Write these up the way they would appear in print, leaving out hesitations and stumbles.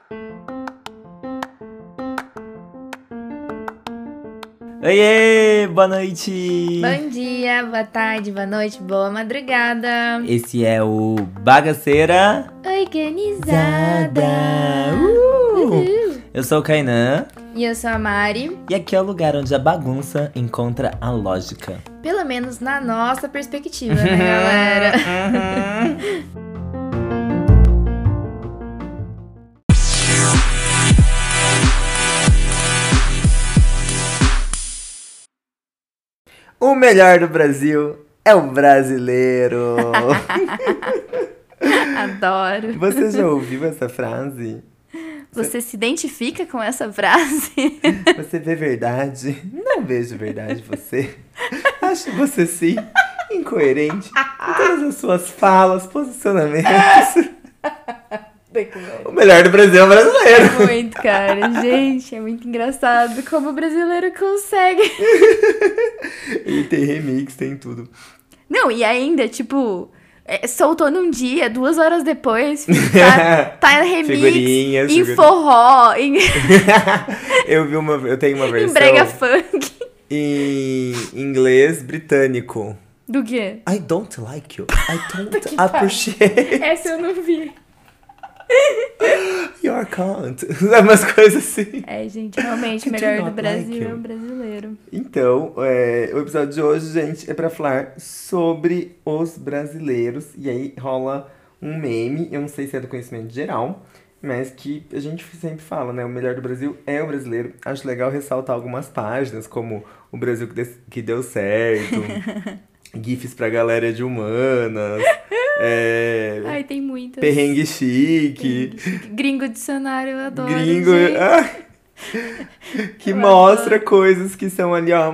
Oiê, boa noite! Bom dia, boa tarde, boa noite, boa madrugada. Esse é o Bagaceira Organizada. Eu sou o Kainan. E eu sou a Mari. E aqui é o lugar onde a bagunça encontra a lógica. Pelo menos na nossa perspectiva, né, galera? O melhor do Brasil é o brasileiro. Adoro. Você já ouviu essa frase? Você se identifica com essa frase? Você vê verdade? Não vejo verdade em você. Acho você sim incoerente em todas as suas falas, posicionamentos. O melhor do Brasil é o brasileiro. É muito, cara. Gente, é muito engraçado como o brasileiro consegue. E tem remix, tem tudo. Não, e ainda, tipo, soltou num dia, 2 horas depois, tá remix, Figurinhas, em forró, em eu tenho uma versão brega funk. em inglês britânico. Do quê? I don't like you. I don't appreciate Essa eu não vi. your cunt. Umas coisas assim. É, gente, realmente, o I do melhor do not Brasil like é you. o brasileiro. Então, o episódio de hoje, gente, é pra falar sobre os brasileiros. E aí rola um meme, eu não sei se é do conhecimento geral, mas que a gente sempre fala, né? O melhor do Brasil é o brasileiro. Acho legal ressaltar algumas páginas, como o Brasil que deu certo, GIFs pra galera de humanas, Ai, tem muitas. perrengue chique, Gringo dicionário, eu adoro. gringo. gente. Que Eu mostra adoro. coisas que são ali, ó,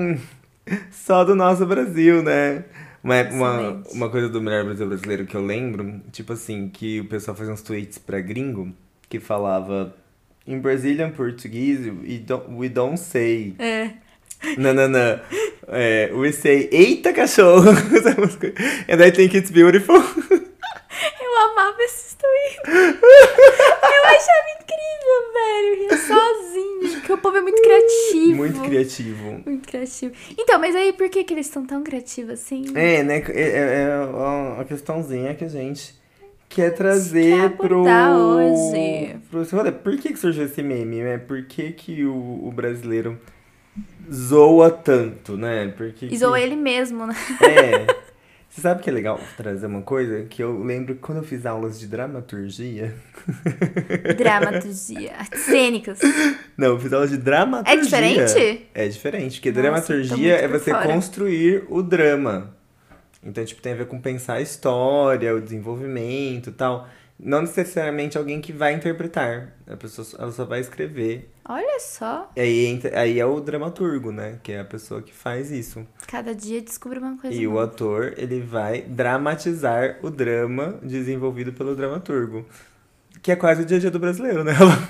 só do nosso Brasil, né? Excelente. Uma coisa do melhor Brasil brasileiro que eu lembro, tipo assim, que o pessoal fazia uns tweets pra gringo que falava in Brazilian Portuguese, we don't say. É. Não. We say, eita cachorro! And I think it's beautiful. Eu amava esses tweets. Eu achava incrível, velho. Eu ria sozinha, porque o povo é muito criativo. Muito criativo. Muito criativo. Então, mas aí por que eles estão tão criativos assim? Né? É uma questãozinha que a gente quer trazer Quer abordar hoje. pro esse rolê. Por que surgiu esse meme, né? Por que o brasileiro zoa tanto, né? E zoa ele mesmo, né? Você sabe que é legal trazer uma coisa? Que eu lembro que quando eu fiz aulas de dramaturgia... Dramaturgia. Artes cênicas. Não, eu fiz aulas de dramaturgia. É diferente? É diferente, porque Nossa, dramaturgia tô muito é por você fora. construir o drama. Então, tipo, tem a ver com pensar a história, o desenvolvimento e tal. Não necessariamente alguém que vai interpretar. A pessoa ela só vai escrever. Olha só. Aí é o dramaturgo, né? Que é a pessoa que faz isso. Cada dia descobre uma coisa E o nova. ator, ele vai dramatizar o drama desenvolvido pelo dramaturgo. Que é quase o dia a dia do brasileiro, né?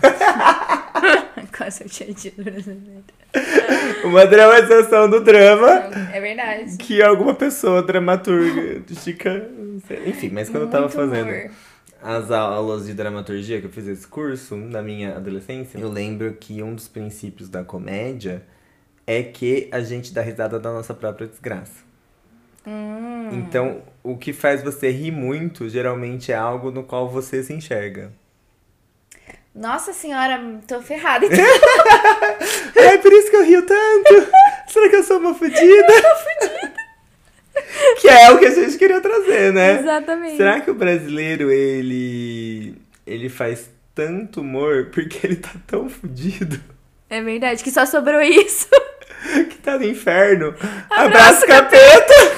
Quase o dia a dia do brasileiro. Uma dramatização do drama É verdade. que alguma pessoa dramaturgica... Enfim, mas quando eu tava Muito fazendo humor. as aulas de dramaturgia, que eu fiz esse curso na minha adolescência, eu lembro que um dos princípios da comédia é que a gente dá risada da nossa própria desgraça. Então, o que faz você rir muito, geralmente é algo no qual você se enxerga. Nossa senhora, tô ferrada. Então. É por isso que eu rio tanto. Será que eu sou uma fodida? Que é o que a gente queria trazer, né? Exatamente. Será que o brasileiro, ele faz tanto humor porque ele tá tão fudido É verdade, que só sobrou isso. que tá no inferno? Abraço, capeta!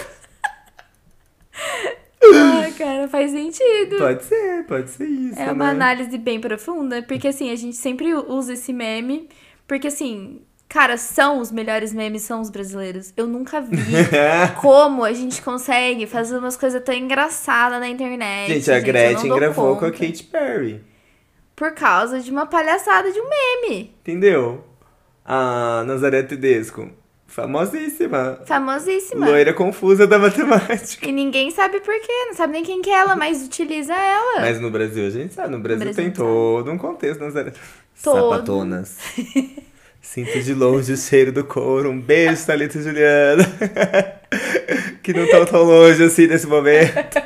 Ai, cara, faz sentido. Pode ser isso, É uma né? análise bem profunda, porque assim, a gente sempre usa esse meme, porque assim, cara, os melhores memes são os brasileiros. Eu nunca vi como a gente consegue fazer umas coisas tão engraçadas na internet. Gente, a eu Gretchen não dou gravou com a conta. Katy Perry. Por causa de uma palhaçada de um meme. Entendeu? A Nazaré Tedesco. Famosíssima. Famosíssima. Loira confusa da matemática. E ninguém sabe por quê, não sabe nem quem que é ela, mas utiliza ela. Mas no Brasil a gente sabe, no Brasil Brasil tem a gente sabe. todo um contexto. Todo. Sapatonas. Sinto de longe o cheiro do couro. Um beijo, Thalita e Juliana. Que não estão tão longe assim nesse momento.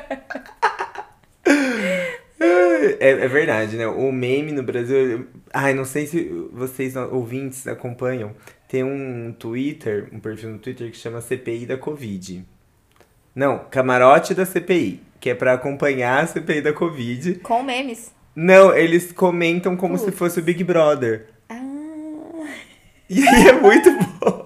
É verdade, né? O meme no Brasil. Ai, não sei se vocês ouvintes acompanham. Tem um Twitter, um perfil no Twitter que chama CPI da Covid. Não, Camarote da CPI, que é pra acompanhar a CPI da Covid. Com memes. Não, eles comentam como se Putz. fosse o Big Brother. Ah. E aí é muito bom.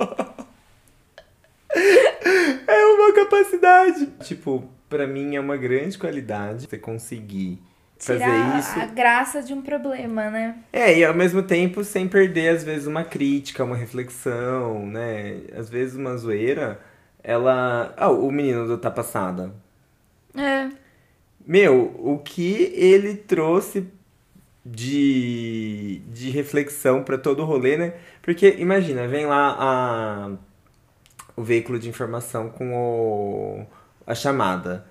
É uma capacidade. Tipo, pra mim é uma grande qualidade você conseguir fazer Tirar isso. a graça de um problema, né? E ao mesmo tempo sem perder, às vezes, uma crítica, uma reflexão, né? Às vezes uma zoeira, ela... Ah, o menino do Tá Passada. É. Meu, o que ele trouxe de reflexão pra todo o rolê, né? Porque, imagina, vem lá o veículo de informação com a chamada.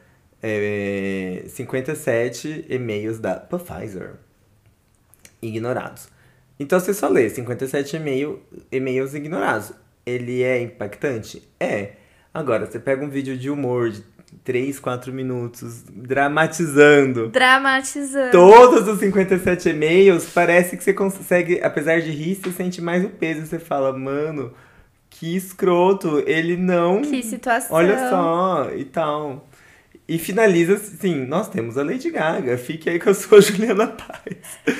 57 e-mails da Pfizer ignorados. Então você só lê 57 e-mails ignorados. Ele é impactante? É. Agora, você pega um vídeo de humor de 3, 4 minutos, dramatizando todos os 57 e-mails, parece que você consegue, apesar de rir, você sente mais o peso. Você fala, mano, que escroto, ele não... Que situação. Olha só, e tal. E finaliza assim, nós temos a Lady Gaga, fique aí que eu sou a Juliana Paz.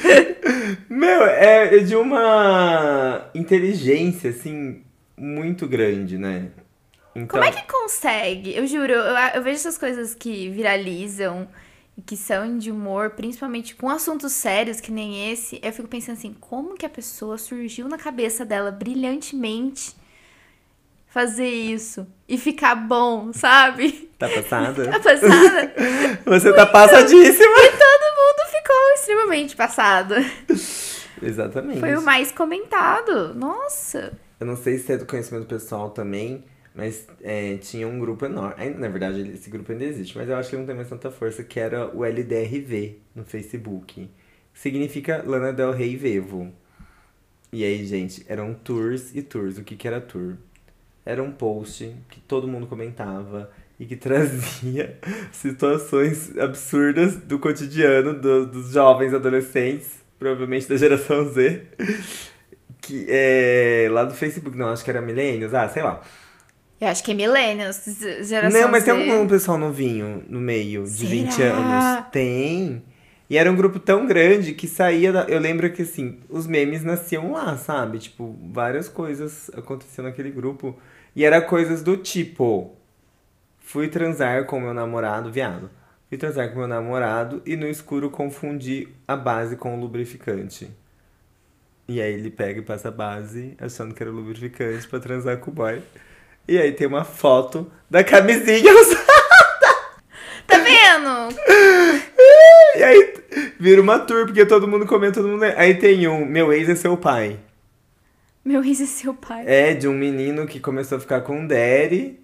Meu, é de uma inteligência, assim, muito grande, né? Então... Como é que consegue? Eu juro, eu vejo essas coisas que viralizam e que são de humor, principalmente com assuntos sérios que nem esse, eu fico pensando assim, como que a pessoa surgiu na cabeça dela brilhantemente fazer isso e ficar bom, sabe? Tá passada? Tá passada? Você tá passadíssima! E todo mundo ficou extremamente passado. Exatamente. Foi o mais comentado. Nossa. Eu não sei se é do conhecimento pessoal também, mas tinha um grupo enorme. Na verdade, esse grupo ainda existe, mas eu acho que ele não tem mais tanta força, que era o LDRV no Facebook. Significa Lana Del Rey Vevo. E aí, gente, eram tours e tours. O que era tour? Era um post que todo mundo comentava e que trazia situações absurdas do cotidiano dos jovens adolescentes, provavelmente da geração Z, que lá do Facebook, não, acho que era Millennials, sei lá. Eu acho que é Millennials, geração Não, mas Z. tem um pessoal novinho no meio, de 20 Será? anos. Tem. E era um grupo tão grande que saía Eu lembro que, assim, os memes nasciam lá, sabe? Tipo, várias coisas aconteciam naquele grupo. E era coisas do tipo... Fui transar com meu namorado, viado. Fui transar com meu namorado e no escuro confundi a base com o lubrificante. E aí ele pega e passa a base, achando que era o lubrificante pra transar com o boy. E aí tem uma foto da camisinha usada. Tá vendo? E aí vira uma tour, porque todo mundo comenta, todo mundo... Aí tem meu ex é seu pai. Meu ex é seu pai. É, de um menino que começou a ficar com um daddy.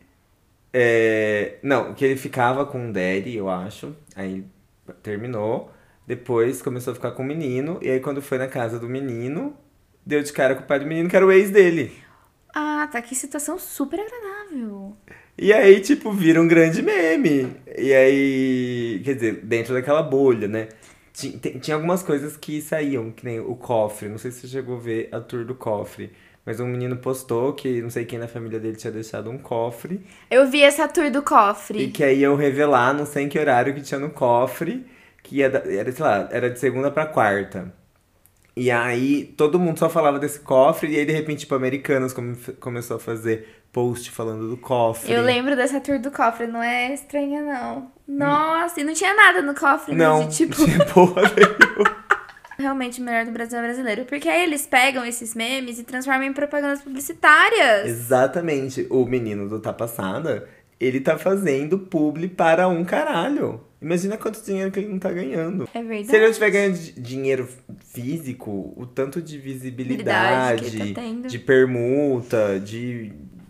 Não, que ele ficava com um daddy, eu acho. Aí terminou. Depois começou a ficar com um menino. E aí quando foi na casa do menino, deu de cara com o pai do menino, que era o ex dele. Ah, tá. Que situação super agradável. E aí, tipo, vira um grande meme. E aí, quer dizer, dentro daquela bolha, né? Tinha algumas coisas que saíam, que nem o cofre. Não sei se você chegou a ver a tour do cofre. Mas um menino postou que não sei quem na família dele tinha deixado um cofre. Eu vi essa tour do cofre. E que aí iam revelar, não sei em que horário que tinha no cofre. Que era, sei lá, era de segunda pra quarta. E aí, todo mundo só falava desse cofre. E aí, de repente, tipo, Americanas começou a fazer post falando do cofre. Eu lembro dessa tour do cofre, não é estranha, não. Nossa, e não tinha nada no cofre, Não, né? De, tipo... tinha porra nenhuma. Realmente o melhor do Brasil é brasileiro. Porque aí eles pegam esses memes e transformam em propagandas publicitárias. Exatamente. O menino do Tá Passada, ele tá fazendo publi para um caralho. Imagina quanto dinheiro que ele não tá ganhando. É verdade. Se ele não estiver ganhando dinheiro físico, o tanto de visibilidade, que ele tá tendo. de permuta, de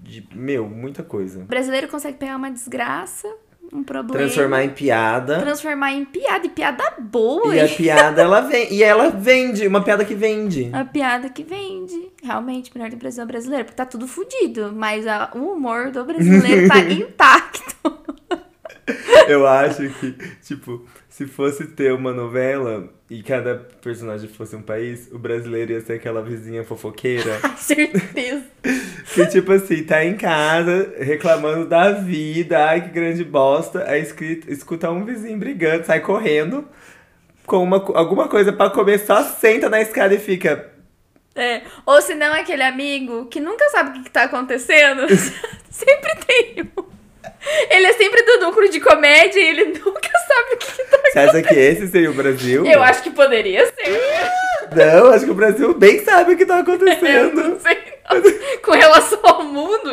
muita coisa. O brasileiro consegue pegar uma desgraça, um problema. Transformar em piada. Transformar em piada, e piada boa. E a piada, ela vende, uma piada que vende. A piada que vende. Realmente, o melhor do Brasil é o brasileiro, porque tá tudo fodido. Mas o humor do brasileiro tá intacto. Eu acho que, tipo, se fosse ter uma novela e cada personagem fosse um país, o brasileiro ia ser aquela vizinha fofoqueira. Certeza. Que, tipo assim, tá em casa reclamando da vida, ai que grande bosta, aí escuta um vizinho brigando, sai correndo com alguma coisa pra comer, só senta na escada e fica... Ou se não, aquele amigo que nunca sabe o que tá acontecendo. Sempre tem um. Ele é sempre do núcleo de comédia e ele nunca sabe o que tá acontecendo. Você acha que esse seria o Brasil? Eu acho que poderia ser. Não, acho que o Brasil bem sabe o que tá acontecendo. Eu não sei não. Com relação ao mundo,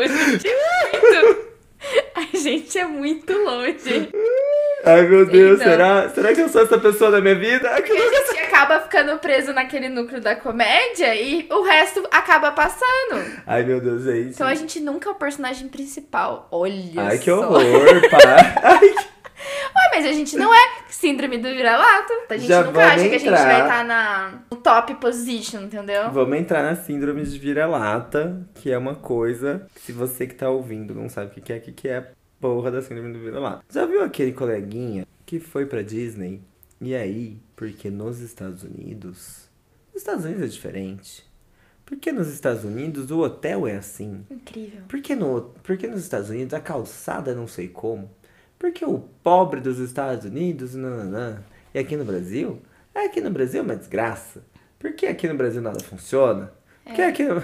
a gente é muito longe. Ai, meu Deus, Então. será que eu sou essa pessoa na minha vida? Porque a gente acaba ficando preso naquele núcleo da comédia e o resto acaba passando. Ai, meu Deus, gente. Então a gente nunca é o personagem principal. Olha Ai, só. que horror, pá. Ai, Ué, mas a gente não é síndrome do vira-lata. A gente Já nunca acha vamos que a gente vai entrar. estar no top position, entendeu? Vamos entrar na síndrome de vira-lata, que é uma coisa que se você que tá ouvindo não sabe o que é a porra da síndrome do vira-lata. Já viu aquele coleguinha que foi pra Disney? E aí, porque nos Estados Unidos é diferente. Porque nos Estados Unidos o hotel é assim. Incrível. Porque nos Estados Unidos a calçada é não sei como. Porque o pobre dos Estados Unidos, nananã. E aqui no Brasil? Aqui no Brasil é uma desgraça. Porque aqui no Brasil nada funciona. Porque aqui no...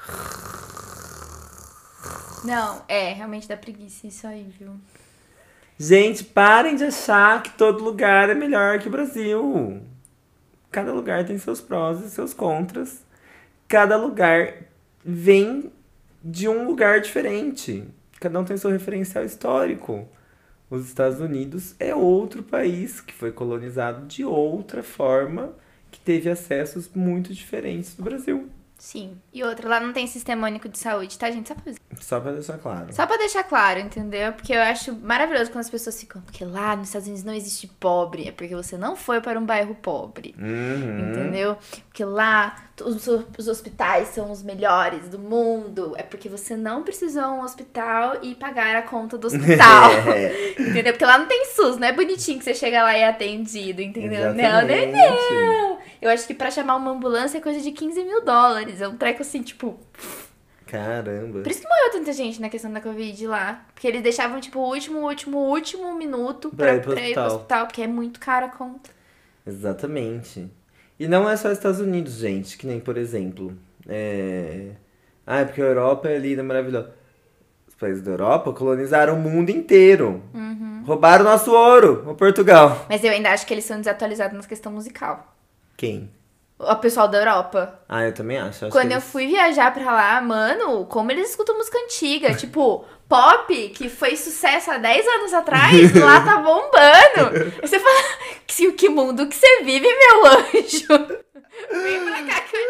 Não, realmente dá preguiça isso aí, viu? Gente, parem de achar que todo lugar é melhor que o Brasil. Cada lugar tem seus prós e seus contras. Cada lugar vem de um lugar diferente. Cada um tem seu referencial histórico. Os Estados Unidos é outro país que foi colonizado de outra forma, que teve acessos muito diferentes do Brasil. Sim. E outra, lá não tem sistema único de saúde, tá, gente? Só pra deixar claro. Só pra deixar claro, entendeu? Porque eu acho maravilhoso quando as pessoas ficam... Porque lá nos Estados Unidos não existe pobre. É porque você não foi para um bairro pobre. Entendeu? Porque lá os hospitais são os melhores do mundo. É porque você não precisou um hospital e pagar a conta do hospital. Entendeu? Porque lá não tem SUS. Não é bonitinho que você chega lá e é atendido, entendeu? Exatamente. Não. Eu acho que pra chamar uma ambulância é coisa de $15 mil. É um treco assim, tipo... Caramba. Por isso que morreu tanta gente na questão da Covid lá. Porque eles deixavam, tipo, o último minuto pra ir pro hospital. Porque é muito cara a conta. Exatamente. E não é só Estados Unidos, gente. Que nem, por exemplo... porque a Europa é linda, maravilhosa. Os países da Europa colonizaram o mundo inteiro. Roubaram nosso ouro, o Portugal. Mas eu ainda acho que eles são desatualizados na questão musical. Quem? O pessoal da Europa. Eu também acho. Quando eu fui viajar pra lá, mano, como eles escutam música antiga. Tipo, pop, que foi sucesso há 10 anos atrás, lá tá bombando. Aí você fala, que mundo que você vive, meu anjo? Vem pra cá que eu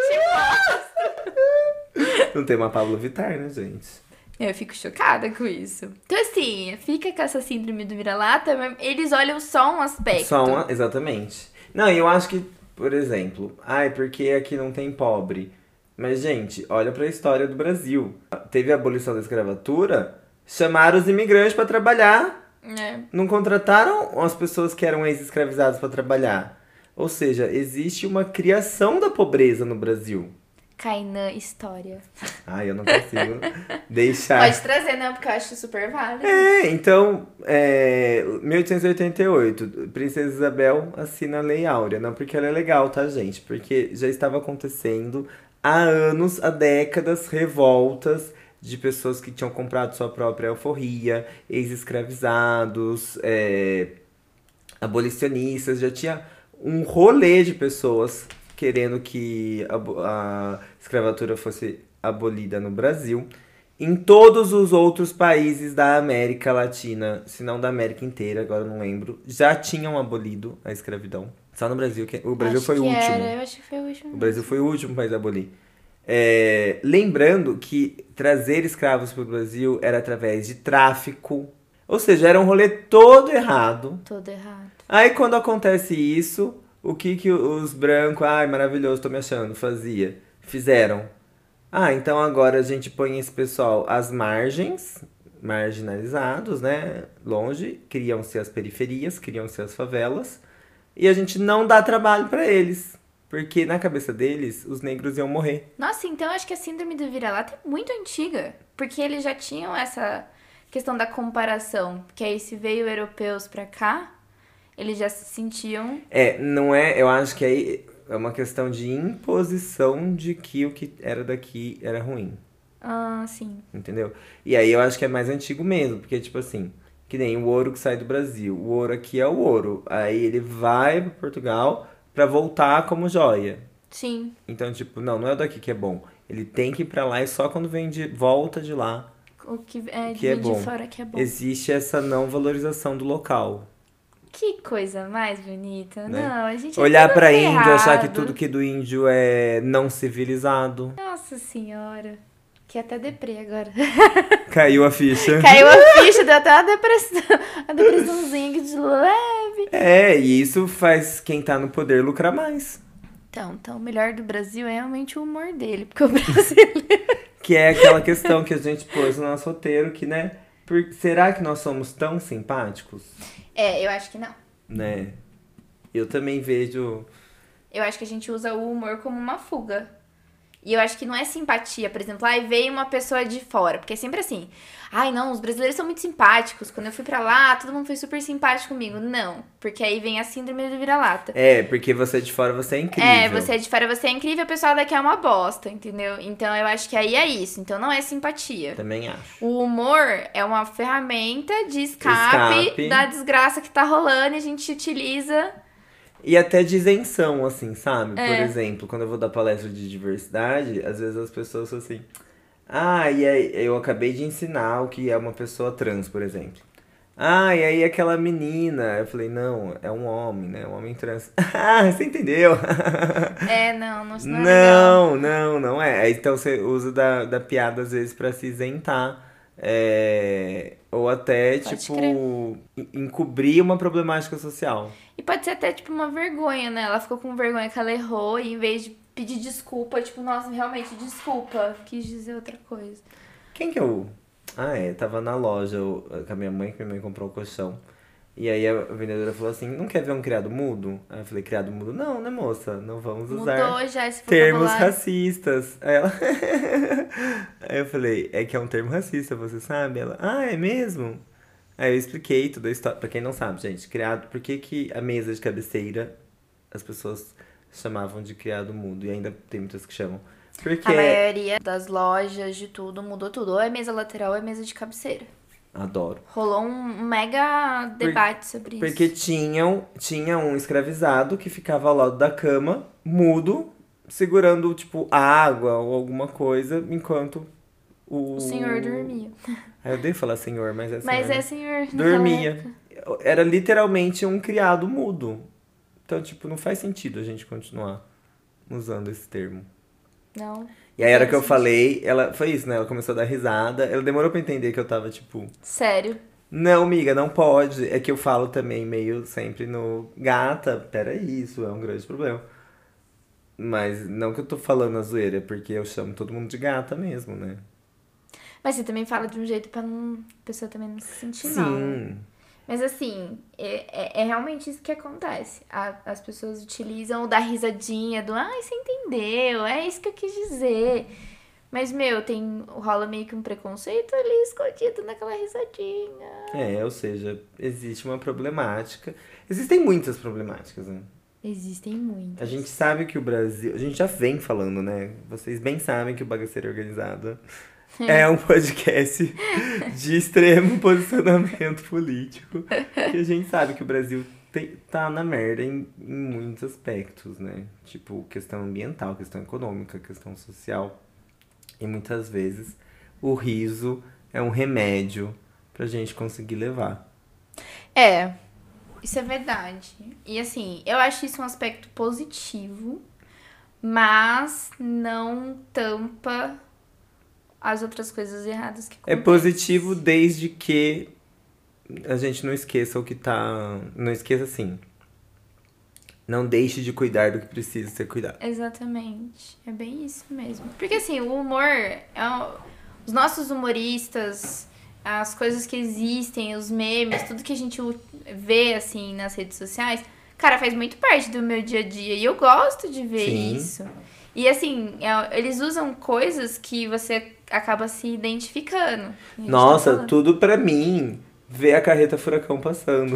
te mostro. Não tem uma Pablo Vittar, né, gente? Eu fico chocada com isso. Então, assim, fica com essa síndrome do vira-lata, mas eles olham só um aspecto. Exatamente. Não, eu acho que, por exemplo, porque aqui não tem pobre. Mas, gente, olha pra história do Brasil. Teve a abolição da escravatura, chamaram os imigrantes pra trabalhar. Não contrataram as pessoas que eram ex-escravizadas pra trabalhar. Ou seja, existe uma criação da pobreza no Brasil. Kainan, história. Eu não consigo deixar. Pode trazer, né? Porque eu acho super válido. Então, 1888, Princesa Isabel assina a Lei Áurea. Não porque ela é legal, tá, gente? Porque já estava acontecendo há anos, há décadas, revoltas de pessoas que tinham comprado sua própria alforria, ex-escravizados, abolicionistas. Já tinha um rolê de pessoas querendo que a escravatura fosse abolida no Brasil. Em todos os outros países da América Latina, se não da América inteira, agora eu não lembro, já tinham abolido a escravidão. Só no Brasil, o Brasil foi o último. Eu acho que foi o último. O Brasil foi o último país a abolir. Lembrando que trazer escravos para o Brasil era através de tráfico. Ou seja, era um rolê todo errado. Todo errado. Aí quando acontece isso, o que os brancos, ai, maravilhoso, tô me achando, fizeram. Ah, então agora a gente põe esse pessoal às margens, marginalizados, né? Longe, criam-se as periferias, criam-se as favelas, e a gente não dá trabalho pra eles, porque na cabeça deles os negros iam morrer. Nossa, então eu acho que a síndrome do vira-lata é muito antiga. Porque eles já tinham essa questão da comparação. Porque aí se veio europeus pra cá, eles já se sentiam... Não é, eu acho que aí é uma questão de imposição de que o que era daqui era ruim. Ah, sim. Entendeu? E aí eu acho que é mais antigo mesmo, porque, tipo assim, que nem o ouro que sai do Brasil. O ouro aqui é o ouro. Aí ele vai para Portugal pra voltar como joia. Sim. Então, tipo, não é o daqui que é bom. Ele tem que ir pra lá e só quando vem de volta de lá O que é que é de bom. fora que é bom. Existe essa não valorização do local, Que coisa mais bonita. né? Não, a gente é Olhar tudo pra índio, achar que ferrado. tudo que é do índio é não civilizado. Nossa senhora. Que até deprê agora. Caiu a ficha. Caiu a ficha, deu até uma depressão. Uma depressãozinha aqui de leve. E isso faz quem tá no poder lucrar mais. Então, o melhor do Brasil é realmente o humor dele. Porque o brasileiro... Que é aquela questão que a gente pôs no nosso roteiro, que, né? Será que nós somos tão simpáticos? eu acho que não. Né? Eu também vejo... Eu acho que a gente usa o humor como uma fuga. E eu acho que não é simpatia, por exemplo, ai, veio uma pessoa de fora, porque é sempre assim, ai não, os brasileiros são muito simpáticos, quando eu fui pra lá, todo mundo foi super simpático comigo. Não, porque aí vem a síndrome do vira-lata. Porque você é de fora, você é incrível. Você é de fora, você é incrível, o pessoal daqui é uma bosta, entendeu? Então eu acho que aí é isso, então não é simpatia. Também acho. O humor é uma ferramenta de escape da desgraça que tá rolando e a gente utiliza... E até de isenção, assim, sabe? Por exemplo, quando eu vou dar palestra de diversidade, às vezes as pessoas são assim... e aí eu acabei de ensinar o que é uma pessoa trans, por exemplo. E aí aquela menina... Eu falei, não, é um homem, né? Um homem trans. Você entendeu? Não é legal. Não é. Aí, então você usa da piada, às vezes, pra se isentar. Ou até, Pode tipo, crer. encobrir uma problemática social. E pode ser até, tipo, uma vergonha, né? Ela ficou com vergonha que ela errou e em vez de pedir desculpa, tipo, nossa, realmente, desculpa, quis dizer outra coisa. Quem que eu... tava na loja com a minha mãe, que minha mãe comprou um colchão. E aí a vendedora falou assim, não quer ver um criado mudo? Aí eu falei, criado mudo? Não, né, moça? Não vamos usar Mudou já esse termos vocabulário. racistas. Aí ela... Aí eu falei, é que é um termo racista, você sabe? Ela, é mesmo? Aí eu expliquei toda a história. Pra quem não sabe, gente, criado... Por que a mesa de cabeceira as pessoas chamavam de criado mudo? E ainda tem muitas que chamam. Porque... A maioria das lojas, de tudo, mudou tudo. Ou é mesa lateral ou é mesa de cabeceira. Adoro. Rolou um mega debate sobre isso. Porque tinha um escravizado que ficava ao lado da cama, mudo, segurando, tipo, água ou alguma coisa, enquanto O senhor dormia. Eu odeio falar senhor, mas é senhor. Mas né? é senhor. Dormia. Era literalmente um criado mudo. Então, tipo, não faz sentido a gente continuar usando esse termo. Não. E aí, a hora que eu falei, ela... Foi isso, né? Ela começou a dar risada. Ela demorou pra entender que eu tava, tipo... Sério? Não, amiga, não pode. É que eu falo também meio sempre no... Gata, peraí, isso é um grande problema. Mas não que eu tô falando a zoeira, é porque eu chamo todo mundo de gata mesmo, né? Mas você também fala de um jeito pra a pessoa também não se sentir mal, né? Sim. Mas assim, é realmente isso que acontece. As pessoas utilizam o da risadinha, do você entendeu, é isso que eu quis dizer. Mas, rola meio que um preconceito ali escondido naquela risadinha. Ou seja, existe uma problemática. Existem muitas problemáticas, né? Existem muitas. A gente sabe que o Brasil... A gente já vem falando, né? Vocês bem sabem que o Bagaceira Organizada é um podcast de extremo posicionamento político. E a gente sabe que o Brasil tá na merda em muitos aspectos, né? Tipo, questão ambiental, questão econômica, questão social. E muitas vezes o riso é um remédio pra gente conseguir levar. Isso é verdade. E assim, eu acho isso um aspecto positivo, mas não tampa as outras coisas erradas que É acontecem. positivo desde que a gente não esqueça o que tá... Não esqueça assim. Não deixe de cuidar do que precisa ser cuidado. Exatamente. É bem isso mesmo. Porque assim, o humor, os nossos humoristas, as coisas que existem, os memes, tudo que a gente vê assim nas redes sociais, cara, faz muito parte do meu dia a dia. E eu gosto de ver Sim. isso. E assim, eles usam coisas que você acaba se identificando. A gente tá Nossa, falando. tudo pra mim. Ver a carreta furacão passando.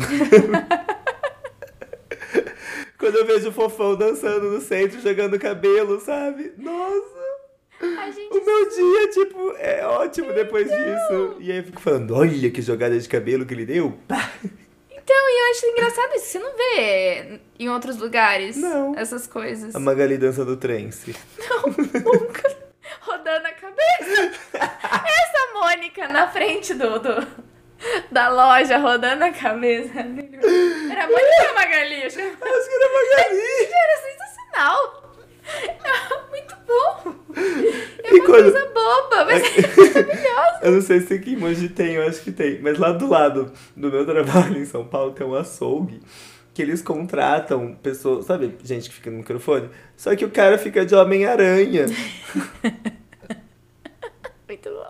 Quando eu vejo o Fofão dançando no centro, jogando cabelo, sabe? Nossa! A gente O meu dia, tipo, é ótimo depois disso. E aí eu fico falando, olha que jogada de cabelo que ele deu. Pá! Então, e eu acho engraçado isso. Você não vê em outros lugares Não. essas coisas. A Magali dançando trance. Nunca. Rodando a cabeça. Essa Mônica na frente da loja, rodando a cabeça. Era a Mônica ou a Magali? Acho que Acho que era a Magali. era sensacional. Muito bom. É E uma quando- coisa boba, mas é maravilhosa. Eu não sei se aqui em Mogi tem, eu acho que tem. Mas lá do lado do meu trabalho em São Paulo tem um açougue que eles contratam pessoas, sabe, gente que fica no microfone? Só que o cara fica de Homem-Aranha. Muito bom.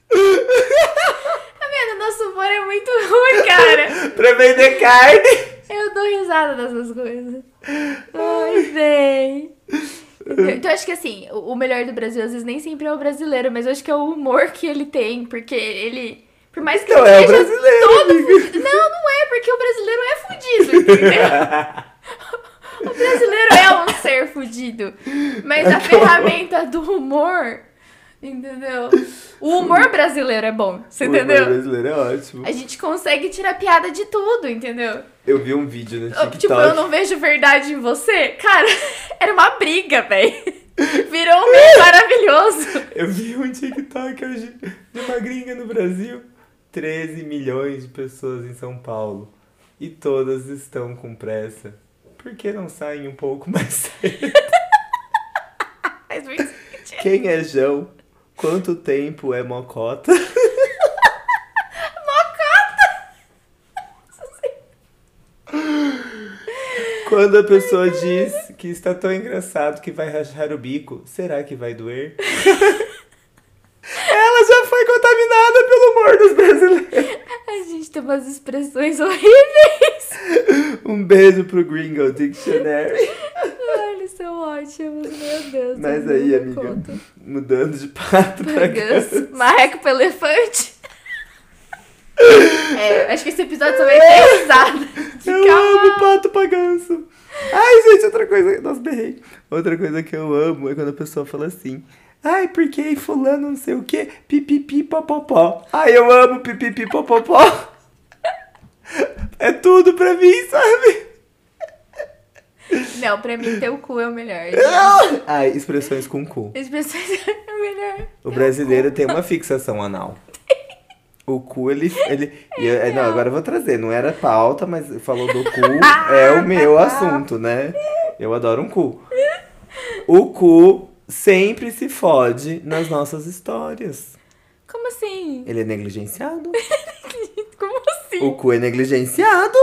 Tá vendo? Nosso humor é muito ruim, cara. Pra vender carne. Eu dou risada dessas coisas. Ai, bem. Então, eu acho que assim, o melhor do Brasil às vezes nem sempre é o brasileiro, mas eu acho que é o humor que ele tem, porque ele. Por mais que Então ele é o seja brasileiro, todo amiga. fudido. Não é, porque o brasileiro é fudido, entendeu? O brasileiro é um ser fudido. Mas a ferramenta do humor, entendeu? O humor brasileiro é bom, você O humor entendeu? brasileiro é ótimo. A gente consegue tirar piada de tudo, entendeu? Eu vi um vídeo no TikTok. Tipo, eu não vejo verdade em você. Cara, era uma briga, velho. Virou um meme maravilhoso. Eu vi um TikTok hoje de uma gringa no Brasil. 13 milhões de pessoas em São Paulo. E todas estão com pressa. Por que não saem um pouco mais cedo? Faz muito sentido. Quem é João? Quanto tempo é mocota? Quando a pessoa diz que está tão engraçado que vai rachar o bico, será que vai doer? Ela já foi contaminada pelo humor dos brasileiros. A gente tem umas expressões horríveis. Um beijo pro Gringo Dictionary. Ai, eles são ótimos, meu Deus. Mas eu aí, não amiga, conto. mudando de pato pra Ganso, ganso. marreco pro elefante. Acho que esse episódio só vai ter risada. De Eu cavalo. amo pato pra ganso. Ai, gente, outra coisa. Nossa, berrei. Outra coisa que eu amo é quando a pessoa fala assim. Ai, porque fulano não sei o quê. Pipipi popopó. Ai, eu amo pipipi popopó. É tudo pra mim, sabe? Não, pra mim, teu cu é o melhor. Ai, expressões com cu. Expressões é o melhor. O brasileiro tem uma fixação anal. O cu, não, agora eu vou trazer. Não era pauta, mas falou do cu. É o meu assunto, né? Eu adoro um cu. O cu sempre se fode nas nossas histórias. Como assim? Ele é negligenciado. Como assim? O cu é negligenciado.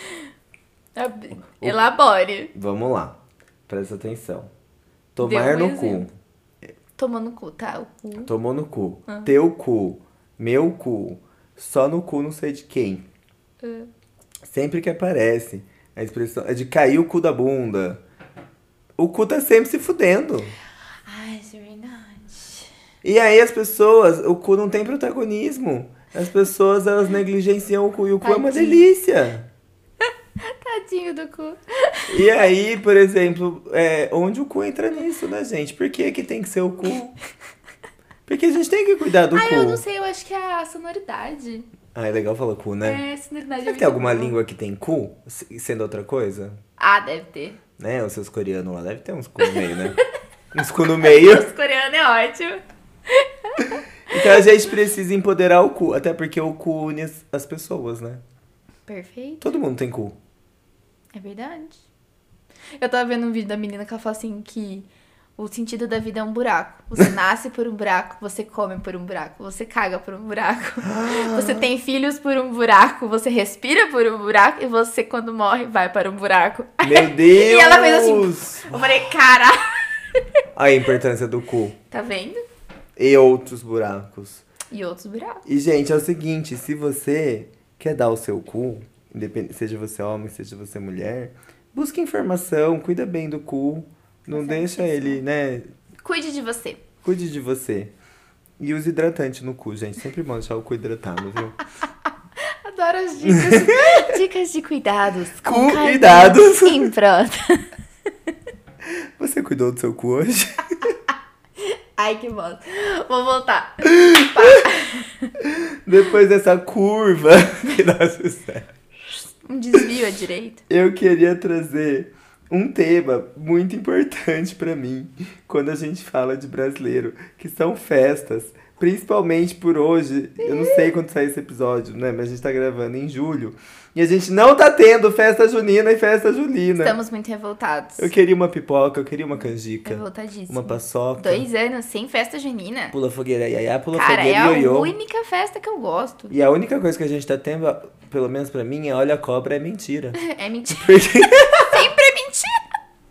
Elabore. Vamos lá. Presta atenção. Dê Tomar um no exemplo. cu. Tomou no cu, tá? O cu. Tomou no cu. Teu cu. Meu cu. Só no cu não sei de quem. Sempre que aparece a expressão é de cair o cu da bunda. O cu tá sempre se fudendo. Ai, isso é verdade. E aí as pessoas, o cu não tem protagonismo. As pessoas, elas negligenciam o cu. E o cu é uma Tadinho. delícia. Tadinho do cu. E aí, por exemplo, onde o cu entra nisso, né, gente? Por que que tem que ser o cu? Porque a gente tem que cuidar do cu. Eu não sei, eu acho que é a sonoridade. Ah, é legal falar cu, né? A sonoridade Será é que tem muito alguma boa. língua que tem cu, sendo outra coisa? Ah, deve ter. Né? Os seus coreanos lá devem ter uns cu no meio, né? Uns cu no meio. Os coreano é ótimo. Então a gente precisa empoderar o cu. Até porque o cu une as pessoas, né? Perfeito. Todo mundo tem cu. É verdade. Eu tava vendo um vídeo da menina que ela fala assim que O sentido da vida é um buraco. Você nasce por um buraco, você come por um buraco, você caga por um buraco. Você tem filhos por um buraco, você respira por um buraco e você, quando morre, vai para um buraco. Meu Deus! E ela fez assim. Eu falei, cara. A importância do cu. Tá vendo? E outros buracos. E outros buracos. E, gente, é o seguinte, se você quer dar o seu cu, seja você homem, seja você mulher, busque informação, cuida bem do cu. Não deixa ele, né? Cuide de você. Cuide de você. E use hidratante no cu, gente. Sempre bom deixar o cu hidratado, viu? Adoro as dicas. Dicas de cuidados. Com cuidados. Em pronto. Você cuidou do seu cu hoje? Ai, que bosta. Vou voltar. Depois dessa curva que dá sucesso. Um desvio à direita. Eu queria trazer um tema muito importante pra mim quando a gente fala de brasileiro, que são festas, principalmente por hoje. Eu não sei quando sai esse episódio, né? Mas a gente tá gravando em julho. E a gente não tá tendo festa junina e festa julina. Estamos muito revoltados. Eu queria uma pipoca, eu queria uma canjica. Revoltadíssimo. Uma paçoca. 2 anos sem festa junina. Pula fogueira, iaiá, pula Cara, fogueira, é a ioiô. única festa que eu gosto. E a única coisa que a gente tá tendo, pelo menos pra mim, é olha a cobra, é mentira. É mentira. Porque... Sempre é mentira.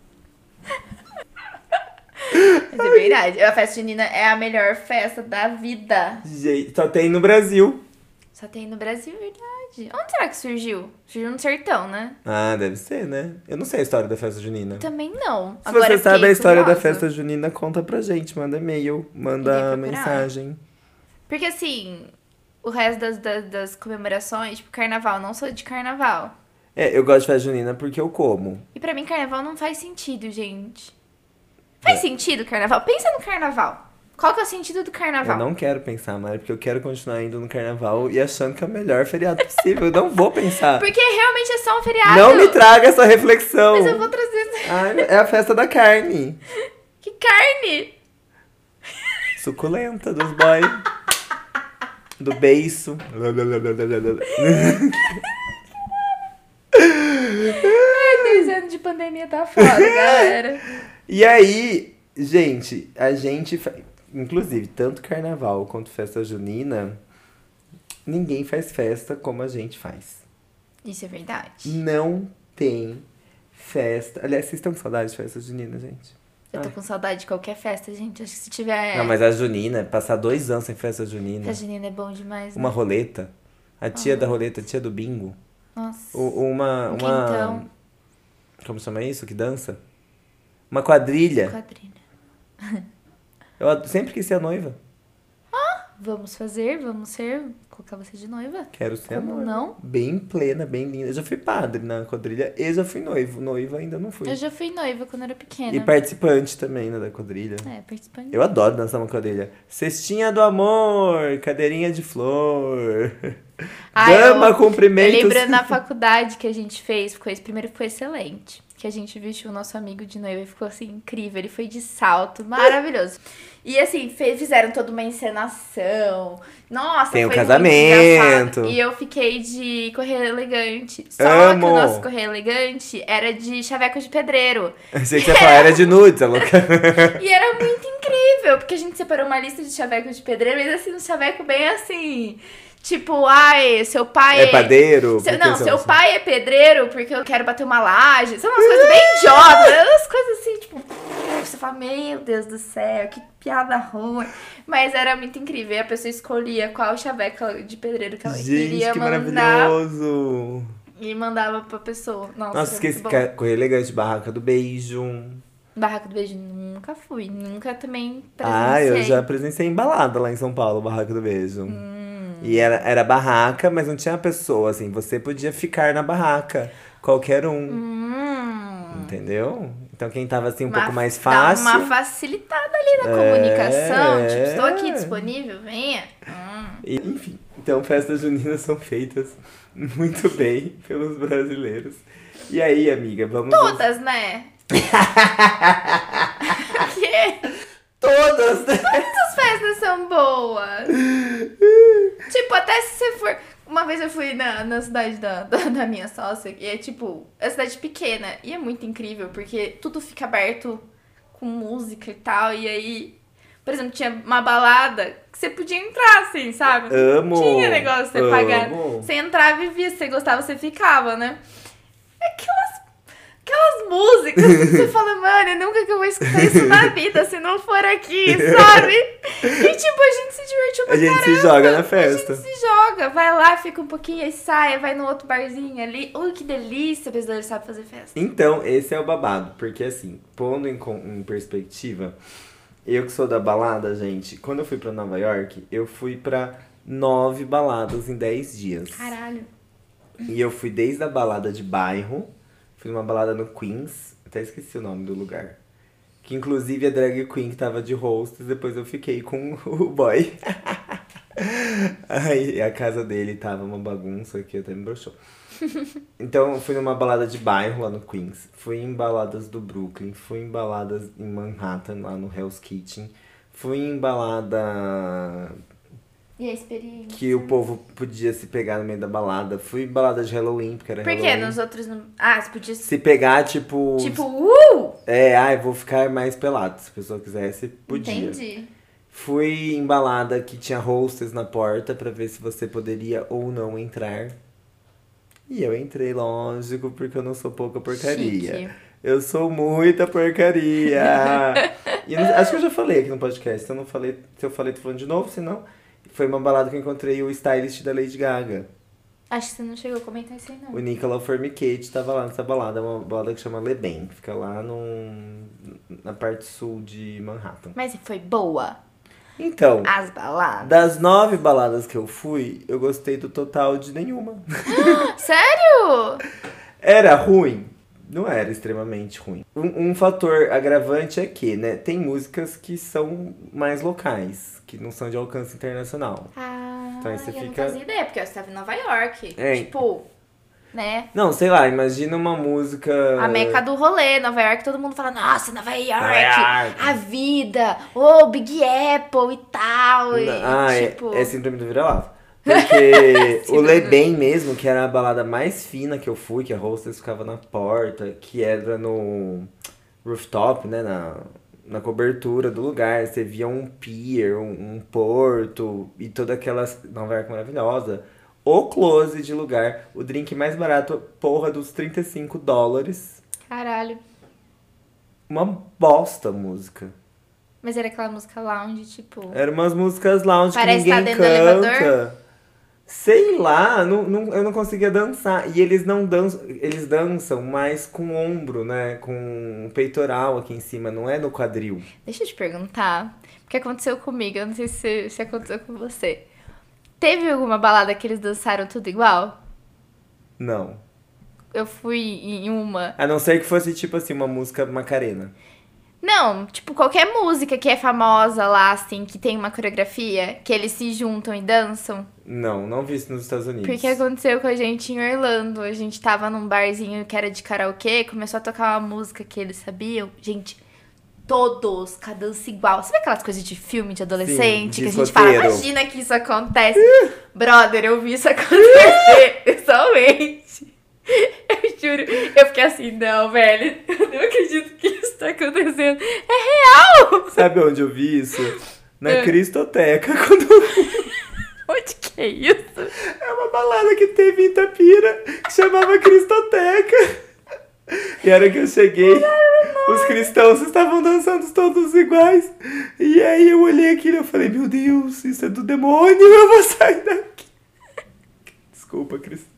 Mas é verdade. A festa junina é a melhor festa da vida. Gente, só tem no Brasil. Só tem no Brasil, é verdade. Onde será que surgiu? Surgiu no sertão, né? Ah, deve ser, né? Eu não sei a história da festa junina. Também não. Se Agora você eu sabe fiquei a história da curiosa. festa junina, conta pra gente. Manda e-mail, manda Irei procurar. mensagem. Porque assim, o resto das comemorações, tipo, carnaval, não sou de carnaval. É, eu gosto de festa junina porque eu como. E pra mim, carnaval não faz sentido, gente. Faz sentido carnaval? Pensa no carnaval. Qual que é o sentido do carnaval? Eu não quero pensar, Mari, porque eu quero continuar indo no carnaval e achando que é o melhor feriado possível. Eu não vou pensar. Porque realmente é só um feriado. Não me traga essa reflexão. Mas eu vou trazer... Ai, é a festa da carne. Que carne! Suculenta dos boy. Do beiço. 2 anos de pandemia tá foda, galera. E aí, gente, a gente... Inclusive, tanto carnaval quanto festa junina, ninguém faz festa como a gente faz. Isso é verdade. Não tem festa... Aliás, vocês estão com saudade de festa junina, gente? Eu tô com saudade de qualquer festa, gente. Acho que se tiver... Não, mas a junina, passar 2 anos sem festa junina. Festa junina é bom demais, né? Uma roleta. A tia da roleta, a tia do bingo. Nossa. Uma... Quintão. Como chama isso? Que dança? Uma quadrilha. Quadrilha. Eu sempre quis ser a noiva. Vamos ser... Colocar você de noiva? Quero ser a Como noiva. não? Bem plena, bem linda. Eu já fui padre na quadrilha e já fui noivo. Noiva ainda não fui. Eu já fui noiva quando era pequena. E participante também, né, da quadrilha. É, participante. Eu adoro dançar uma quadrilha. Cestinha do amor, cadeirinha de flor. Dama, Eu cumprimentos. lembro na faculdade que a gente fez, primeiro ficou excelente. Que a gente vestiu o nosso amigo de noiva e ficou assim, incrível. Ele foi de salto, maravilhoso. E assim, fizeram toda uma encenação. Nossa, Tem foi o casamento. muito engraçado. E eu fiquei de correr elegante. Só Amo. que o nosso correr elegante era de chaveco de pedreiro. Achei que você ia falar, era de nudes, a louca. E era muito incrível, porque a gente separou uma lista de chaveco de pedreiro, mas assim, um chaveco bem assim... Tipo, ai, seu pai É padeiro? Seu pai é pedreiro porque eu quero bater uma laje. São umas coisas bem idiotas, umas coisas assim, tipo... Você fala, meu Deus do céu, que piada ruim. Mas era muito incrível. E a pessoa escolhia qual chaveco de pedreiro que ela queria que mandar. maravilhoso. E mandava pra pessoa. Nossa, esqueci muito que bom. correr elegante, barraca do beijo. Barraca do Beijo nunca fui. Nunca também Ah, eu presenciei. já presenciei embalada lá em São Paulo, barraca do beijo. E era barraca, mas não tinha pessoa, assim. Você podia ficar na barraca. Qualquer um. Entendeu? Então quem tava assim um pouco mais fácil. Dá uma facilitada ali na comunicação. Tipo, estou aqui disponível, venha. Enfim, então festas juninas são feitas muito bem pelos brasileiros. E aí, amiga, vamos... Todas, né? Que? Todas, né? Todas as festas são boas. Tipo, até se você for... Uma vez eu fui na cidade da minha sócia, e é tipo, é cidade pequena, e é muito incrível, porque tudo fica aberto com música e tal. E aí, por exemplo, tinha uma balada que você podia entrar, assim, sabe? Amo! Tinha negócio de você pagar. Amo. Você entrava e via, se você gostava, você ficava, né? Aquelas músicas que você fala, mano, eu nunca que eu vou escutar isso na vida se não for aqui, sabe? E tipo, a gente se divertiu pra A gente caramba. se joga na festa. A gente se joga, vai lá, fica um pouquinho, aí sai, vai no outro barzinho ali. Ui, que delícia, o brasileiro sabe fazer festa. Então, esse é o babado. Porque assim, pondo em perspectiva, eu que sou da balada, gente, quando eu fui pra Nova York, eu fui pra 9 baladas em 10 dias. Caralho. E eu fui desde a balada de bairro, fui numa balada no Queens, até esqueci o nome do lugar. Que inclusive a drag queen que tava de hostess, depois eu fiquei com o boy. Aí a casa dele tava uma bagunça que até me broxou. Então eu fui numa balada de bairro lá no Queens, fui em baladas do Brooklyn, fui em baladas em Manhattan, lá no Hell's Kitchen, fui em balada E a experiência? que o povo podia se pegar no meio da balada. Fui em balada de Halloween, porque era Por Halloween. quê? Nos outros não... Ah, você podia... Se pegar, tipo... Tipo, Ai, vou ficar mais pelado. Se a pessoa quisesse, podia. Entendi. Fui em balada que tinha hostess na porta pra ver se você poderia ou não entrar. E eu entrei, lógico, porque eu não sou pouca porcaria. Chique. Eu sou muita porcaria. E acho que eu já falei aqui no podcast. Se eu falei, tô falando de novo, senão... Foi uma balada que eu encontrei o stylist da Lady Gaga. Acho que você não chegou a comentar isso aí, não. O Nicola Formichete tava lá nessa balada. É uma balada que chama Le Ben. Fica lá na parte sul de Manhattan. Mas foi boa? Então, As baladas? das 9 baladas que eu fui, eu gostei do total de nenhuma. Sério? Era ruim? Não era extremamente ruim. Um fator agravante é que, né, tem músicas que são mais locais, que não são de alcance internacional. Ah, Então aí você eu não fica- fazia ideia, porque eu estava em Nova York. É. Tipo, né? Não, sei lá, imagina uma música... A meca do rolê, Nova York, todo mundo fala, nossa, Nova York, York. a vida, Big Apple e tal. E, tipo... é síndrome do vira-lata. Porque o Le Ben mesmo, que era a balada mais fina que eu fui, que a hostess ficava na porta, que era no rooftop, né, na cobertura do lugar. Você via um pier, um porto e toda aquela Nova York maravilhosa. O close de lugar, o drink mais barato, porra, dos $35. Caralho. Uma bosta a música. Mas era aquela música lounge, tipo... Eram umas músicas lounge Parece que tá ninguém dentro do canta. elevador? Sei lá, eu não conseguia dançar. E eles não dançam, eles dançam mais com o ombro, né? Com o peitoral aqui em cima, não é no quadril. Deixa eu te perguntar, o que aconteceu comigo, eu não sei se aconteceu com você. Teve alguma balada que eles dançaram tudo igual? Não. Eu fui em uma... A não ser que fosse tipo assim, uma música Macarena. Não, tipo, qualquer música que é famosa lá, assim, que tem uma coreografia, que eles se juntam e dançam. Não vi isso nos Estados Unidos. Porque aconteceu com a gente em Orlando. A gente tava num barzinho que era de karaokê, começou a tocar uma música que eles sabiam. Gente, todos, com a dança igual. Sabe aquelas coisas de filme de adolescente? Sim, que a de gente fala, escoteiro. imagina que isso acontece. Brother, eu vi isso acontecer pessoalmente. Eu juro. Eu fiquei assim, não, velho. Eu não acredito que isso tá acontecendo. É real! Sabe onde eu vi isso? Na É. Cristoteca. Quando Onde que é isso? é uma balada que teve em Itapira, que chamava Cristoteca. E a hora que eu cheguei, os cristãos estavam dançando todos iguais. E aí eu olhei aquilo e eu falei, meu Deus, isso é do demônio, eu vou sair daqui. Desculpa, cristão.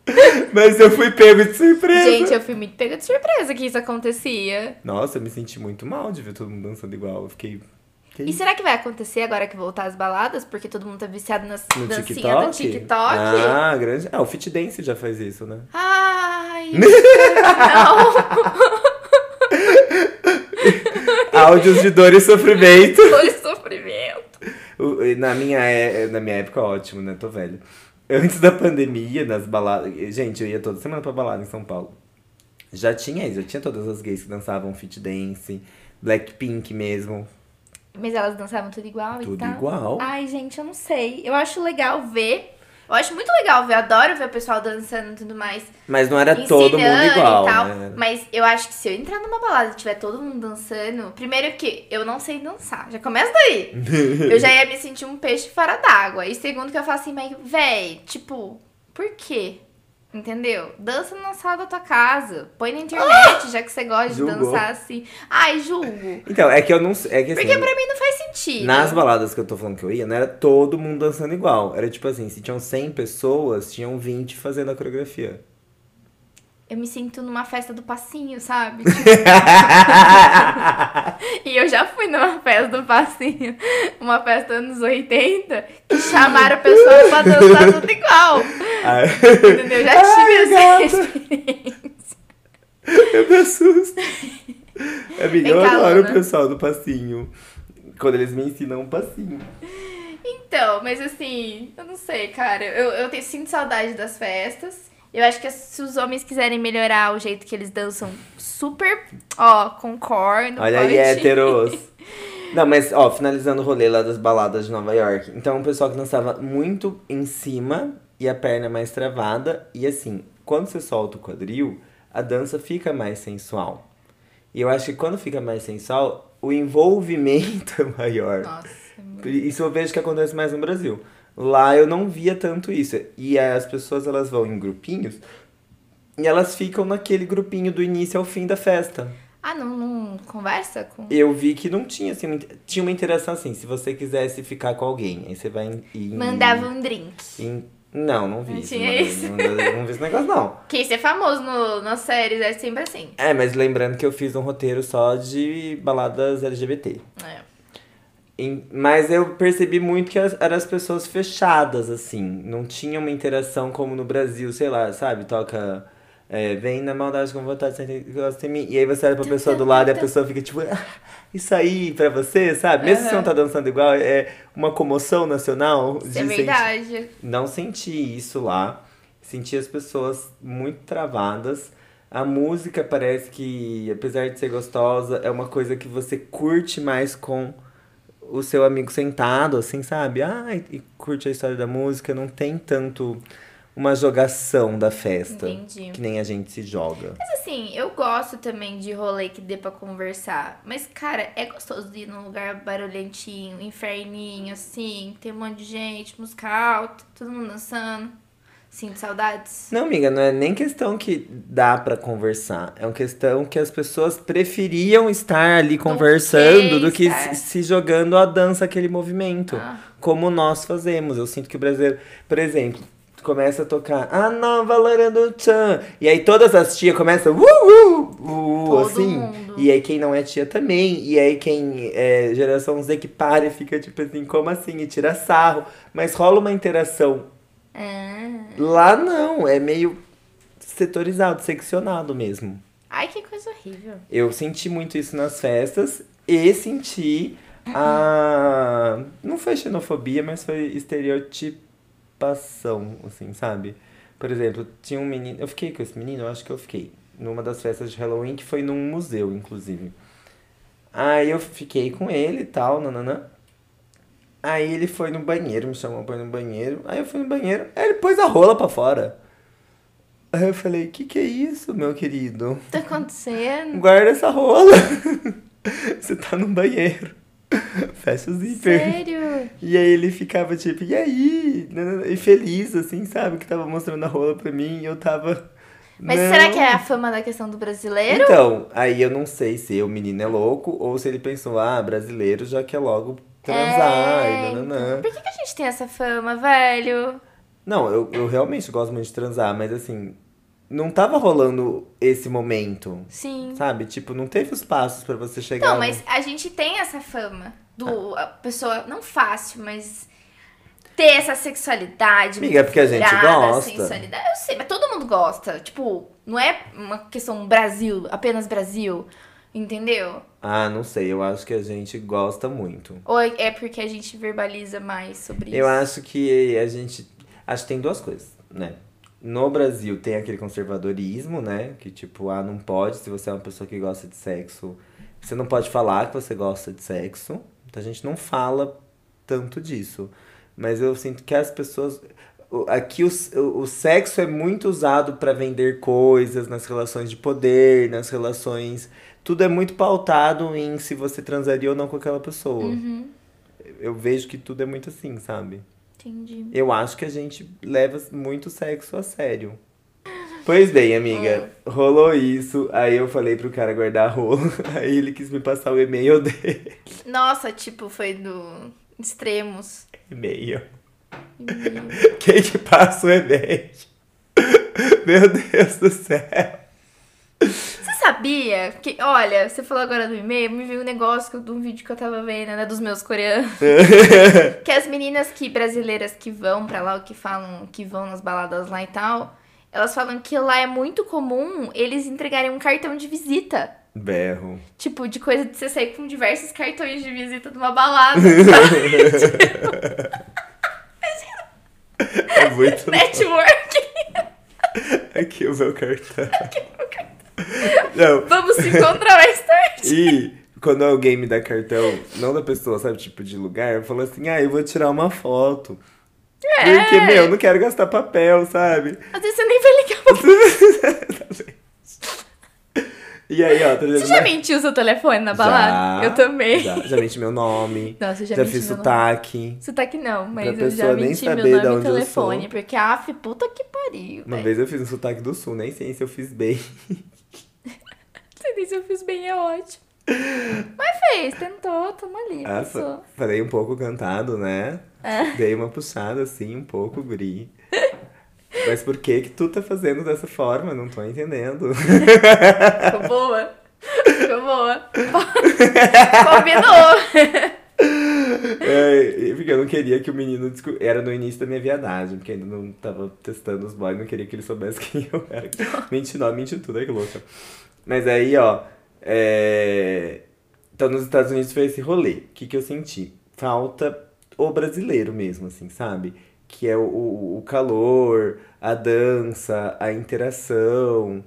Mas eu fui pego de surpresa. Gente, eu fui muito pega de surpresa que isso acontecia. Nossa, eu me senti muito mal de ver todo mundo dançando igual. Eu fiquei... que E isso? será que vai acontecer agora que voltar às baladas? Porque todo mundo tá viciado nas No dancinhas do TikTok. Ah, grande. Ah, o Fit Dance já faz isso, né? Ai, não. Áudios de dor e sofrimento. Foi sofrimento. Na minha época, ótimo, né? Tô velho. Antes da pandemia, nas baladas... Gente, eu ia toda semana pra balada em São Paulo. Já tinha isso, já tinha todas as gays que dançavam Fit Dance, Blackpink mesmo. Mas elas dançavam tudo igual e Tudo tal? igual. Ai, gente, eu não sei. Eu acho legal ver, Eu acho muito legal ver, adoro ver o pessoal dançando e tudo mais. Mas não era todo mundo igual, e tal, né? Mas eu acho que se eu entrar numa balada e tiver todo mundo dançando, primeiro que eu não sei dançar, já começa daí. Eu já ia me sentir um peixe fora d'água. E segundo que eu falo assim, mas, véi, tipo, por quê? Entendeu? Dança na sala da tua casa. Põe na internet, já que você gosta de dançar assim. Ai, julgo. Então, é que eu não sei. É que, assim, Porque pra mim não faz sentido. nas baladas que eu tô falando que eu ia, não era todo mundo dançando igual. Era tipo assim, se tinham 100 pessoas, tinham 20 fazendo a coreografia. Eu me sinto numa festa do passinho, sabe? Tipo... E eu já fui numa festa do passinho, uma festa anos 80, que chamaram o pessoal pra dançar tudo igual. Entendeu? Já tive essa experiência. Eu me assusto. Amiga, eu calor, adoro né? o pessoal do passinho. Quando eles me ensinam um passinho. Então, mas assim, eu não sei, cara. Eu sinto saudade das festas. Eu acho que se os homens quiserem melhorar o jeito que eles dançam, super, concordo. Olha aí, héteros. Não, mas, finalizando o rolê lá das baladas de Nova York. Então, o pessoal que dançava muito em cima e a perna mais travada. E assim, quando você solta o quadril, a dança fica mais sensual. E eu acho que quando fica mais sensual, o envolvimento é maior. Nossa. Isso eu vejo que acontece mais no Brasil. Lá eu não via tanto isso. E as pessoas, elas vão em grupinhos e elas ficam naquele grupinho do início ao fim da festa. Ah, não conversa com... Eu vi que não tinha, assim, tinha uma interação assim, se você quisesse ficar com alguém, aí você vai Mandava um drink. Não vi Não isso. tinha isso? Não vi esse negócio, não. Que isso é famoso nas séries, é sempre assim. É, mas lembrando que eu fiz um roteiro só de baladas LGBT. É. Mas eu percebi muito que eram as pessoas fechadas, assim. Não tinha uma interação como no Brasil, sei lá, sabe? Toca... vem na maldade com vontade, você gosta em mim. E aí você olha pra pessoa do lado e a pessoa fica tipo... isso aí pra você, sabe? Mesmo se você não tá dançando igual, é uma comoção nacional. Isso é verdade. Não senti isso lá. Senti as pessoas muito travadas. A música parece que, apesar de ser gostosa, é uma coisa que você curte mais com o seu amigo sentado, assim, sabe? E curte a história da música. Não tem tanto uma jogação da festa. Entendi. Que nem a gente se joga. Mas assim, eu gosto também de rolê que dê pra conversar. Mas, cara, é gostoso ir num lugar barulhentinho, inferninho, assim. Tem um monte de gente, música alta, todo mundo dançando. Sinto saudades. Não, amiga, não é nem questão que dá pra conversar. É uma questão que as pessoas preferiam estar ali conversando do que se jogando a dança, aquele movimento. Como nós fazemos. Eu sinto que o brasileiro, por exemplo, começa a tocar a nova loira do tchan. E aí todas as tias começam assim. Mundo. E aí quem não é tia também. E aí quem é geração Z que para e fica tipo assim, como assim? E tira sarro. Mas rola uma interação. Lá não, é meio setorizado, seccionado mesmo. Ai, que coisa horrível. Eu senti muito isso nas festas e senti a... Não foi xenofobia, mas foi estereotipação, assim, sabe? Por exemplo, tinha um menino... Eu fiquei com esse menino? Eu acho que eu fiquei. Numa das festas de Halloween, que foi num museu, inclusive. Aí eu fiquei com ele e tal, nananã. Aí ele foi no banheiro, me chamou pra ir no banheiro. Aí eu fui no banheiro, aí ele pôs a rola pra fora. Aí eu falei, que é isso, meu querido? O que tá acontecendo? Guarda essa rola. Você tá no banheiro. Fecha o zíper. Sério? E aí ele ficava tipo, e aí? E feliz, assim, sabe? Que tava mostrando a rola pra mim e eu tava... Mas não. será que é a fama da questão do brasileiro? Então, aí eu não sei se o menino é louco ou se ele pensou, brasileiro já quer logo transar e nananã. Por que a gente tem essa fama, velho? Não, eu realmente gosto muito de transar, mas assim, não tava rolando esse momento. Sim. Sabe? Tipo, não teve os passos pra você chegar. Não, mas a gente tem essa fama a pessoa, não fácil, mas ter essa sexualidade. Amiga, é porque a gente gosta. Sensualidade. Eu sei, mas todo mundo gosta. Tipo, não é uma questão Brasil, apenas Brasil. Entendeu? Não sei, eu acho que a gente gosta muito. Ou é porque a gente verbaliza mais sobre isso? Eu acho que a gente... Acho que tem duas coisas, né? No Brasil tem aquele conservadorismo, né? Que tipo, não pode, se você é uma pessoa que gosta de sexo, você não pode falar que você gosta de sexo. Então a gente não fala tanto disso. Mas eu sinto que as pessoas... Aqui o sexo é muito usado pra vender coisas nas relações de poder, nas relações. Tudo é muito pautado em se você transaria ou não com aquela pessoa. Eu vejo que tudo é muito assim, sabe? Entendi. Eu acho que a gente leva muito sexo a sério. Pois bem, amiga, rolou isso. Aí eu falei pro cara guardar a rolo. Aí ele quis me passar o e-mail dele. Nossa, tipo, foi do extremos. E-mail. Quem que passa o e-mail? Meu Deus do céu. Você sabia que, olha, você falou agora do e-mail, me veio um negócio de um vídeo que eu tava vendo, né, dos meus coreanos. Que as meninas brasileiras que vão pra lá, ou que falam que vão nas baladas lá e tal, elas falam que lá é muito comum eles entregarem um cartão de visita. Berro. Tipo, de coisa de você sair com diversos cartões de visita numa balada. É muito Network. Aqui o meu cartão. Não. Vamos se encontrar mais tarde. E quando alguém me dá cartão, não da pessoa, sabe, tipo de lugar, eu falo assim, eu vou tirar uma foto. Porque, meu, eu não quero gastar papel, sabe? Às vezes você nem vai ligar pra E aí, ó, Você já mentiu seu telefone na balada? Eu também. Já menti meu nome. Nossa, eu já Já menti fiz meu sotaque. nome. Sotaque não, mas Pra eu já pessoa nem menti meu saber nome de e onde eu telefone. sou. Porque, puta que pariu. Uma velho. vez eu fiz um sotaque do sul, nem sei se eu fiz bem. Você disse eu fiz bem, é ótimo. Mas fez, tentou, tamo ali, passou. Falei um pouco cantado, né? Dei uma puxada assim, um pouco, guri. Mas por que tu tá fazendo dessa forma? Não tô entendendo. Ficou boa. Ficou boa. Combinou. Porque eu não queria que o menino era no início da minha viadagem, porque ainda não tava testando os boys, não queria que ele soubesse quem eu era. Mente tudo, que louca. Mas aí, ó, então nos Estados Unidos foi esse rolê. O que eu senti? Falta o brasileiro mesmo, assim, sabe? Que é o calor, a dança, a interação,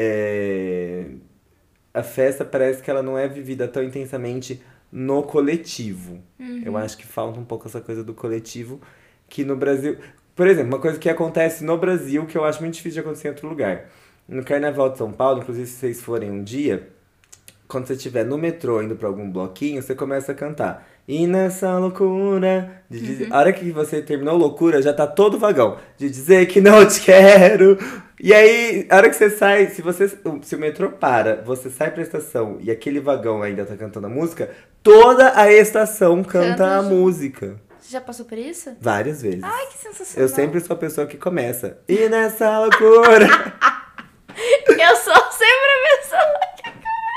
a festa parece que ela não é vivida tão intensamente no coletivo. Eu acho que falta um pouco essa coisa do coletivo, que no Brasil... Por exemplo, uma coisa que acontece no Brasil, que eu acho muito difícil de acontecer em outro lugar. No Carnaval de São Paulo, inclusive se vocês forem um dia, quando você estiver no metrô indo pra algum bloquinho, você começa a cantar. E nessa loucura de dizer... A hora que você terminou loucura, já tá todo o vagão. De dizer que não te quero. E aí, a hora que você sai, se o metrô para, você sai pra estação e aquele vagão ainda tá cantando a música, toda a estação canta a música. Você já passou por isso? Várias vezes. Ai, que sensacional. Eu sempre sou a pessoa que começa. E nessa loucura... Eu sou sempre a pessoa que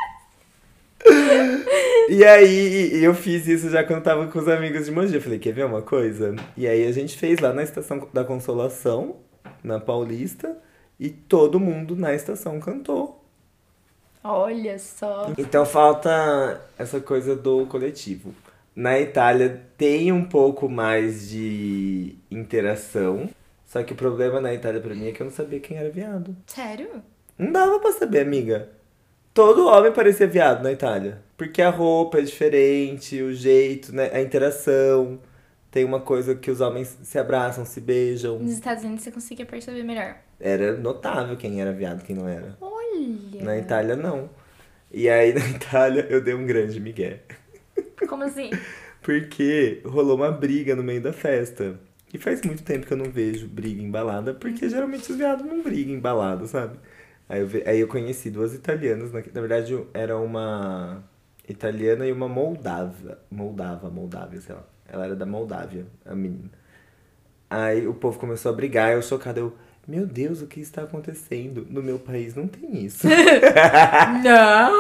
E aí, eu fiz isso já quando tava com os amigos de Mogi. Eu falei, quer ver uma coisa? E aí a gente fez lá na Estação da Consolação, na Paulista, e todo mundo na estação cantou. Olha só. Então falta essa coisa do coletivo. Na Itália tem um pouco mais de interação, só que o problema na Itália pra mim é que eu não sabia quem era viado. Sério? Não dava pra saber, amiga. Todo homem parecia viado na Itália. Porque a roupa é diferente, o jeito, né? A interação. Tem uma coisa que os homens se abraçam, se beijam. Nos Estados Unidos você conseguia perceber melhor. Era notável quem era viado e quem não era. Olha. Na Itália, não. E aí, na Itália, eu dei um grande migué. Como assim? Porque rolou uma briga no meio da festa. E faz muito tempo que eu não vejo briga em balada, porque geralmente os viados não brigam em balada, sabe? Aí eu conheci duas italianas, na verdade era uma italiana e uma moldávia, sei lá. Ela era da Moldávia, a menina. Aí o povo começou a brigar, eu chocada, meu Deus, o que está acontecendo? No meu país não tem isso. Não!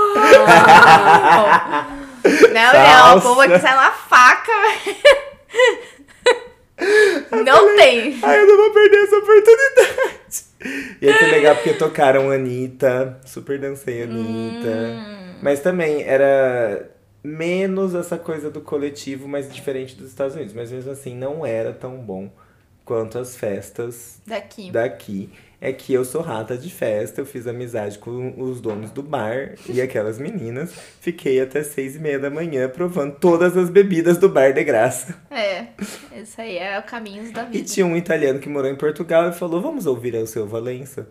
Não, o povo aqui sai uma faca, Não tem. Ai, eu não vou perder essa oportunidade. E aí foi legal porque tocaram Anitta, super dancei Anitta. Mas também era menos essa coisa do coletivo, mas diferente dos Estados Unidos. Mas mesmo assim não era tão bom quanto as festas Daqui. daqui. é que eu sou rata de festa, eu fiz amizade com os donos do bar e aquelas meninas. Fiquei até 6h30 da manhã provando todas as bebidas do bar de graça. Isso aí é o caminho da vida. E tinha um italiano que morou em Portugal e falou, vamos ouvir o seu Valença?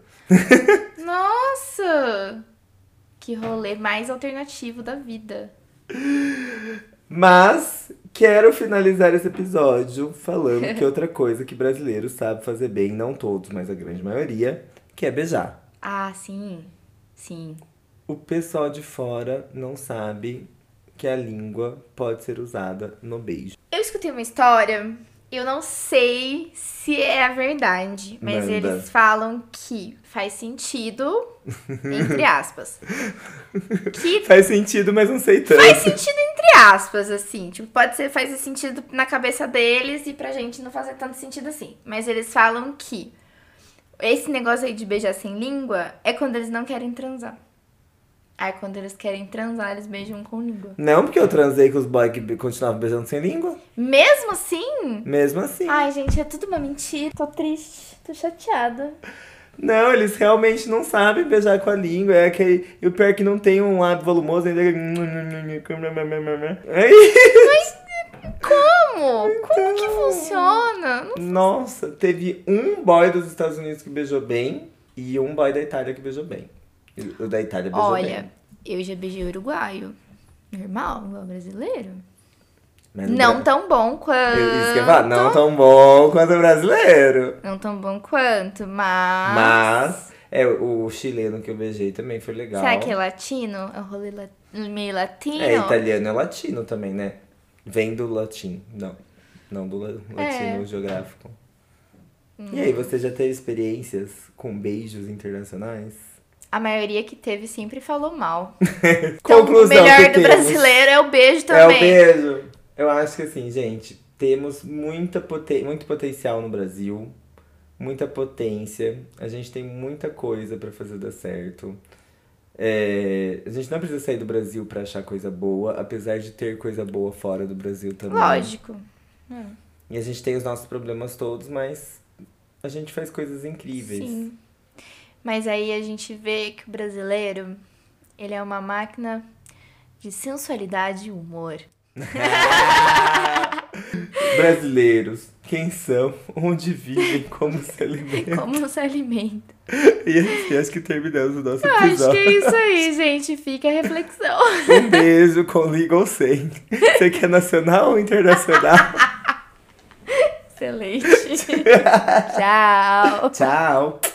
Nossa! Que rolê mais alternativo da vida. Mas quero finalizar esse episódio falando que outra coisa que brasileiro sabe fazer bem, não todos, mas a grande maioria, que é beijar. Ah, sim. Sim. O pessoal de fora não sabe que a língua pode ser usada no beijo. Eu escutei uma história, eu não sei se é a verdade, mas Manda. eles falam que faz sentido, entre aspas. Que Faz sentido, mas não sei tanto. faz sentido entre aspas, assim. Tipo, pode ser, faz sentido na cabeça deles e pra gente não fazer tanto sentido assim. Mas eles falam que esse negócio aí de beijar sem língua é quando eles não querem transar. Aí quando eles querem transar, eles beijam com língua. Não, porque eu transei com os boys que continuavam beijando sem língua. Mesmo assim? Mesmo assim. Ai, gente, é tudo uma mentira. Tô triste, tô chateada. Não, eles realmente não sabem beijar com a língua. É aquele. E o pior é que não tem um lábio volumoso ainda. Como? Como que funciona? Nossa, teve um boy dos Estados Unidos que beijou bem e um boy da Itália que beijou bem. O da Itália beijou bem. Olha, eu já beijei uruguaio. Normal, igual brasileiro. Mas no Não tão bom quanto. Isso que eu ia falar, não tão bom quanto o brasileiro. Não tão bom quanto, mas. Mas, o chileno que eu beijei também foi legal. Será que é latino? É um rolê meio latino? É, italiano é latino também, né? Vem do latim. Não do latino geográfico. E aí, você já teve experiências com beijos internacionais? A maioria que teve sempre falou mal. Conclusão o melhor que do temos. brasileiro é o beijo É também. o beijo. Eu acho que assim, gente, temos muito potencial no Brasil. Muita potência. A gente tem muita coisa pra fazer dar certo. A gente não precisa sair do Brasil pra achar coisa boa, apesar de ter coisa boa fora do Brasil também. Lógico. E a gente tem os nossos problemas todos, mas a gente faz coisas incríveis. Sim. Mas aí a gente vê que o brasileiro, ele é uma máquina de sensualidade e humor. Brasileiros, quem são, onde vivem, como se alimentam. Como se alimenta. E assim, acho que terminamos o nosso Acho episódio. que é isso aí, gente. Fica a reflexão. Um beijo com liga ou sem. Você quer nacional ou internacional? Excelente. Tchau. Tchau.